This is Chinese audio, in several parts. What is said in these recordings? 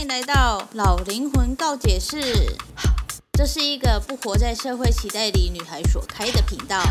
迎来到老灵魂告解室。这是一个不活在社会期待里女孩所开的频道。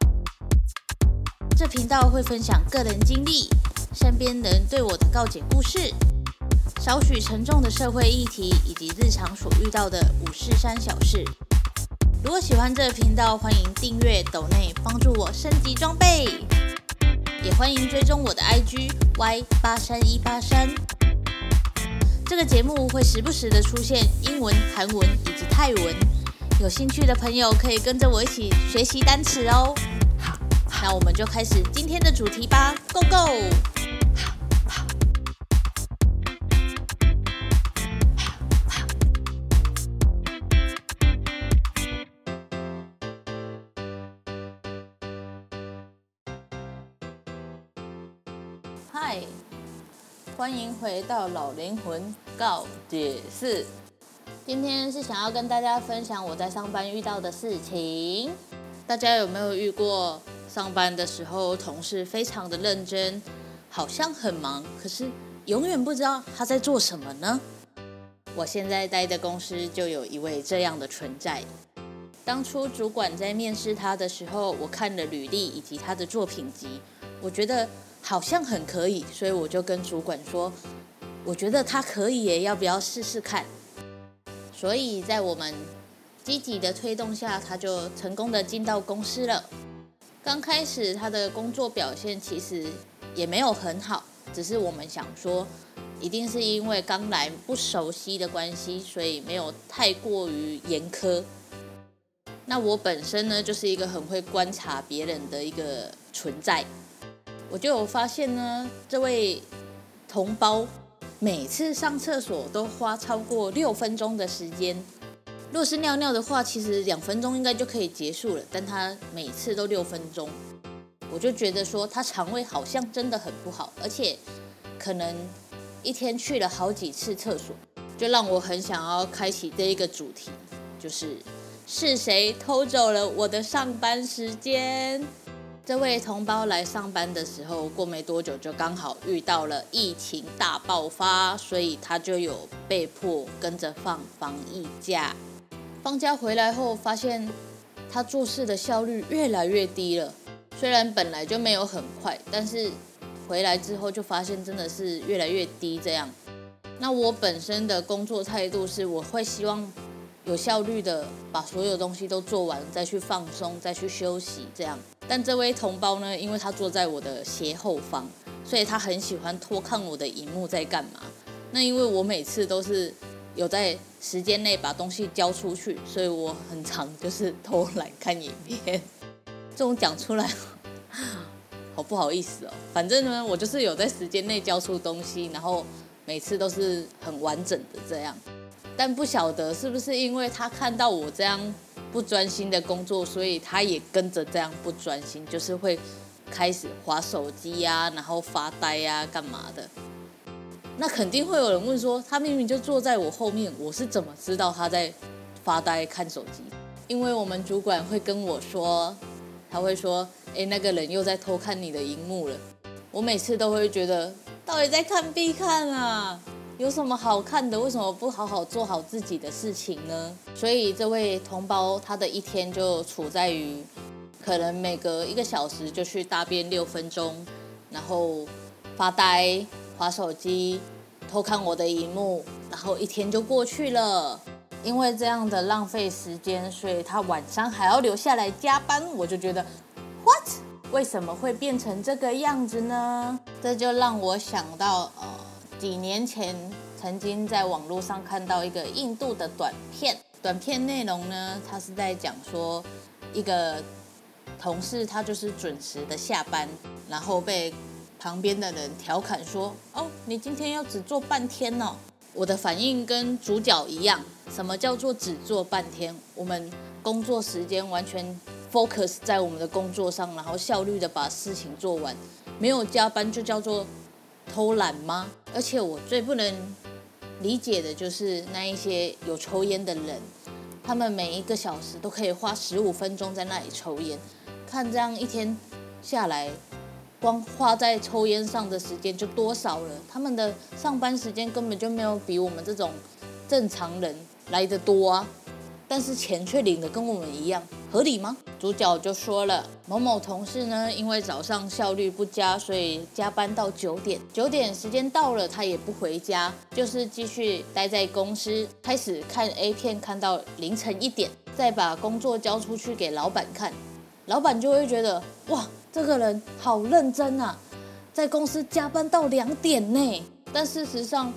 这频道会分享个人经历、身边人对我的告解故事，少许沉重的社会议题，以及日常所遇到的五四三小事。如果喜欢这个频道，欢迎订阅、抖内帮助我升级装备，也欢迎追踪我的 IG Y83183。这个节目会时不时的出现英文、韩文以及泰文，有兴趣的朋友可以跟着我一起学习单词哦。那我们就开始今天的主题吧 ，Go Go！嗨，欢迎回到老灵魂告解室。今天是想要跟大家分享我在上班遇到的事情。大家有没有遇过上班的时候同事非常的认真，好像很忙，可是永远不知道他在做什么呢？我现在待的公司就有一位这样的存在。当初主管在面试他的时候，我看了履历以及他的作品集，我觉得好像很可以，所以我就跟主管说，我觉得他可以耶，要不要试试看？所以在我们积极的推动下，他就成功的进到公司了。刚开始他的工作表现其实也没有很好，只是我们想说，一定是因为刚来不熟悉的关系，所以没有太过于严苛。那我本身呢，就是一个很会观察别人的一个存在。我就有发现呢，这位同胞每次上厕所都花超过6分钟的时间。若是尿尿的话，其实2分钟应该就可以结束了，但他每次都6分钟。我就觉得说，他肠胃好像真的很不好，而且可能一天去了好几次厕所，就让我很想要开启这一个主题，是谁偷走了我的上班时间？这位同胞来上班的时候，过没多久就刚好遇到了疫情大爆发，所以他就有被迫跟着放防疫假。放假回来后，发现他做事的效率越来越低了。虽然本来就没有很快，但是回来之后就发现真的是越来越低这样。那我本身的工作态度是，我会希望有效率的把所有东西都做完，再去放松，再去休息这样。但这位同胞呢，因为他坐在我的斜后方，所以他很喜欢偷看我的荧幕在干嘛。那因为我每次都是有在时间内把东西交出去，所以我很常就是偷懒看影片。这种讲出来好不好意思哦。反正呢，我就是有在时间内交出东西，然后每次都是很完整的这样。但不晓得是不是因为他看到我这样不专心的工作，所以他也跟着这样不专心，就是会开始滑手机啊，然后发呆啊，干嘛的。那肯定会有人问说，他明明就坐在我后面，我是怎么知道他在发呆看手机？因为我们主管会跟我说，他会说，那个人又在偷看你的荧幕了。我每次都会觉得，到底在看必看啊，有什么好看的？为什么不好好做好自己的事情呢？所以这位同胞他的一天就处在于，可能每隔1个小时就去大便6分钟，然后发呆、滑手机、偷看我的荧幕，然后一天就过去了。因为这样的浪费时间，所以他晚上还要留下来加班。我就觉得 ，what？ 为什么会变成这个样子呢？这就让我想到几年前曾经在网络上看到一个印度的短片内容呢，他是在讲说一个同事他就是准时的下班，然后被旁边的人调侃说，你今天要只做半天哦。我的反应跟主角一样，什么叫做只做半天？我们工作时间完全 focus 在我们的工作上，然后效率的把事情做完，没有加班就叫做偷懒吗？而且我最不能理解的就是那一些有抽烟的人，他们每1个小时都可以花15分钟在那里抽烟，看这样一天下来， 光花在抽烟上的时间就多少了，他们的上班时间根本就没有比我们这种正常人来得多啊，但是钱却领得跟我们一样，合理吗？主角就说了，某某同事呢，因为早上效率不佳，所以加班到9点时间到了，他也不回家，就是继续待在公司，开始看 A 片，看到凌晨1点，再把工作交出去给老板看，老板就会觉得，哇，这个人好认真啊，在公司加班到2点呢。但事实上，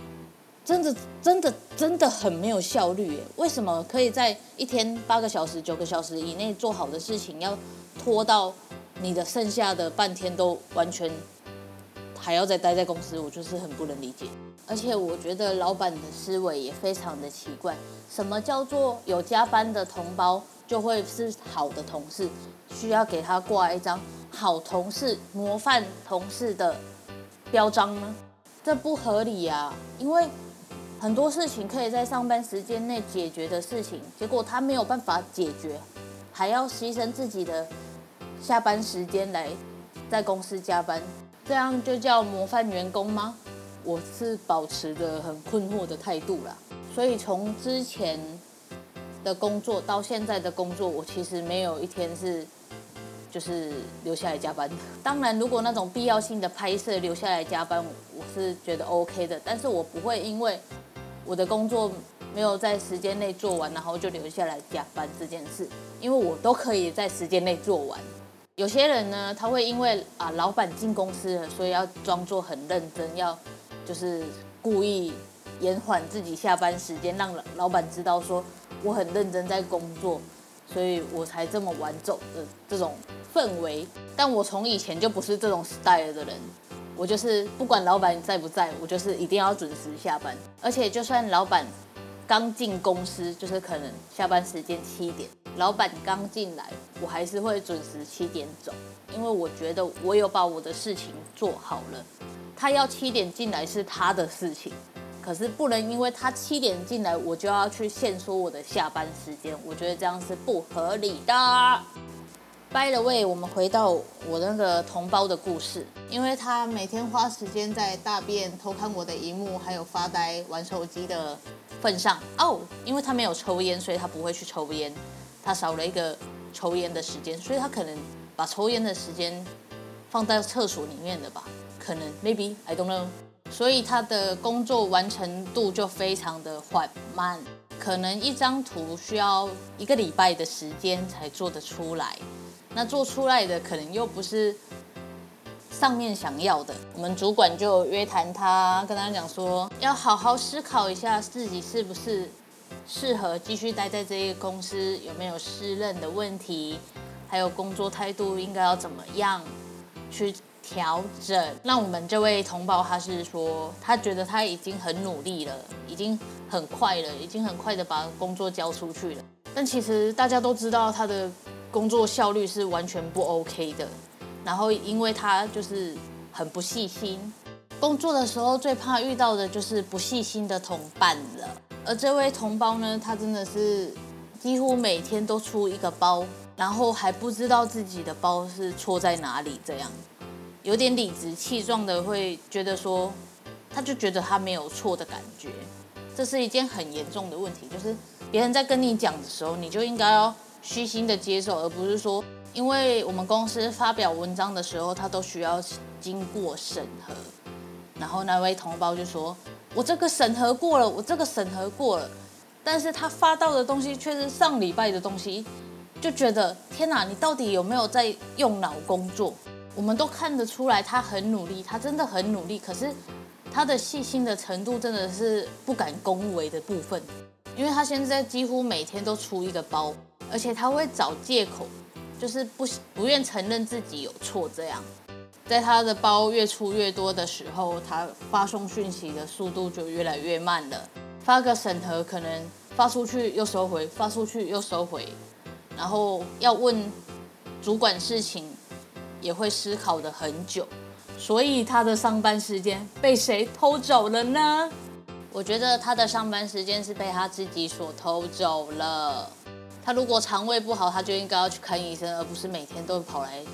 真的很没有效率耶。为什么可以在一天8个小时、9个小时以内做好的事情，要拖到你的剩下的半天都完全还要再待在公司？我就是很不能理解。而且我觉得老板的思维也非常的奇怪，什么叫做有加班的同胞就会是好的同事，需要给他挂一张好同事、模范同事的标章呢？这不合理啊！因为很多事情可以在上班时间内解决的事情，结果他没有办法解决，还要牺牲自己的下班时间来在公司加班，这样就叫模范员工吗？我是保持着很困惑的态度啦。所以从之前的工作到现在的工作，我其实没有一天是就是留下来加班的。当然，如果那种必要性的拍摄留下来加班，我是觉得 OK 的，但是我不会因为我的工作没有在时间内做完，然后就留下来加班这件事，因为我都可以在时间内做完。有些人呢，他会因为老板进公司了，所以要装作很认真，要就是故意延缓自己下班时间，让老板知道说我很认真在工作，所以我才这么晚走的这种氛围。但我从以前就不是这种 style 的人，我就是不管老板在不在，我就是一定要准时下班。而且就算老板刚进公司，就是可能下班时间7点，老板刚进来，我还是会准时7点走，因为我觉得我有把我的事情做好了。他要7点进来是他的事情，可是不能因为他7点进来，我就要去限缩我的下班时间，我觉得这样是不合理的。By the way， 我们回到我那个同胞的故事，因为他每天花时间在大便、偷看我的荧幕，还有发呆、玩手机的份上因为他没有抽烟，所以他不会去抽烟，他少了一个抽烟的时间，所以他可能把抽烟的时间放在厕所里面了吧？可能 maybe I don't know， 所以他的工作完成度就非常的缓慢，可能一张图需要1个礼拜的时间才做得出来。那做出来的可能又不是上面想要的，我们主管就约谈他，跟他讲说，要好好思考一下自己是不是适合继续待在这个公司，有没有适任的问题，还有工作态度应该要怎么样去调整。那我们这位同胞他是说，他觉得他已经很努力了，已经很快了，已经很快的把工作交出去了，但其实大家都知道他的工作效率是完全不 OK 的，然后因为他就是很不细心，工作的时候最怕遇到的就是不细心的同伴了。而这位同胞呢，他真的是几乎每天都出一个包，然后还不知道自己的包是错在哪里，这样有点理直气壮的会觉得说，他就觉得他没有错的感觉。这是一件很严重的问题，就是别人在跟你讲的时候，你就应该要虚心的接受，而不是说，因为我们公司发表文章的时候，他都需要经过审核，然后那位同胞就说，我这个审核过了，我这个审核过了，但是他发到的东西却是上礼拜的东西，就觉得天哪，你到底有没有在用脑工作？我们都看得出来他很努力，他真的很努力，可是他的细心的程度真的是不敢恭维的部分，因为他现在几乎每天都出一个包，而且他会找借口，就是不愿承认自己有错这样。在他的包越出越多的时候，他发送讯息的速度就越来越慢了。发个审核可能发出去又收回，发出去又收回，然后要问主管事情也会思考的很久，所以他的上班时间被谁偷走了呢？我觉得他的上班时间是被他自己所偷走了。他如果肠胃不好，他就应该要去看医生，而不是每天都跑来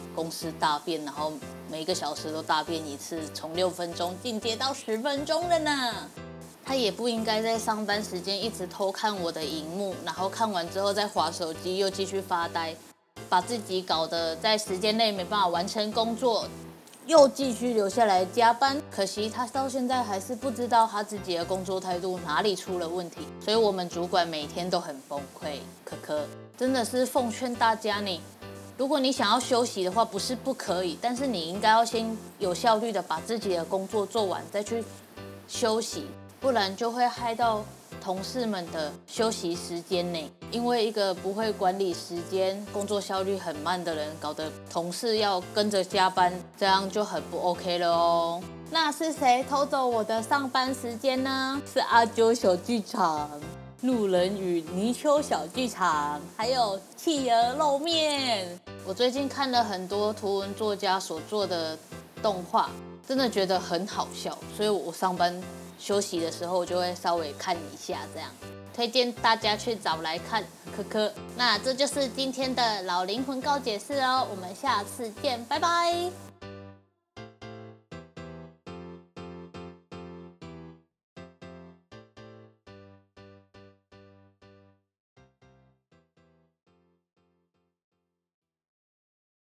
公司大便，然后每一个小时都大便一次，从6分钟进阶到10分钟了呢。他也不应该在上班时间一直偷看我的荧幕，然后看完之后再滑手机，又继续发呆，把自己搞得在时间内没办法完成工作，又继续留下来加班。可惜他到现在还是不知道他自己的工作态度哪里出了问题，所以我们主管每天都很崩溃。可可真的是奉劝大家，如果你想要休息的话，不是不可以，但是你应该要先有效率的把自己的工作做完，再去休息，不然就会害到同事们的休息时间内。因为一个不会管理时间、工作效率很慢的人，搞得同事要跟着加班，这样就很不 OK 了哦。那是谁偷走我的上班时间呢？是阿啾小剧场、路人与泥鳅小剧场，还有企鹅露面。我最近看了很多图文作家所做的动画，真的觉得很好笑，所以我上班休息的时候就会稍微看一下，这样推荐大家去找来看。科科，那这就是今天的老灵魂告解室哦，我们下次见，拜拜。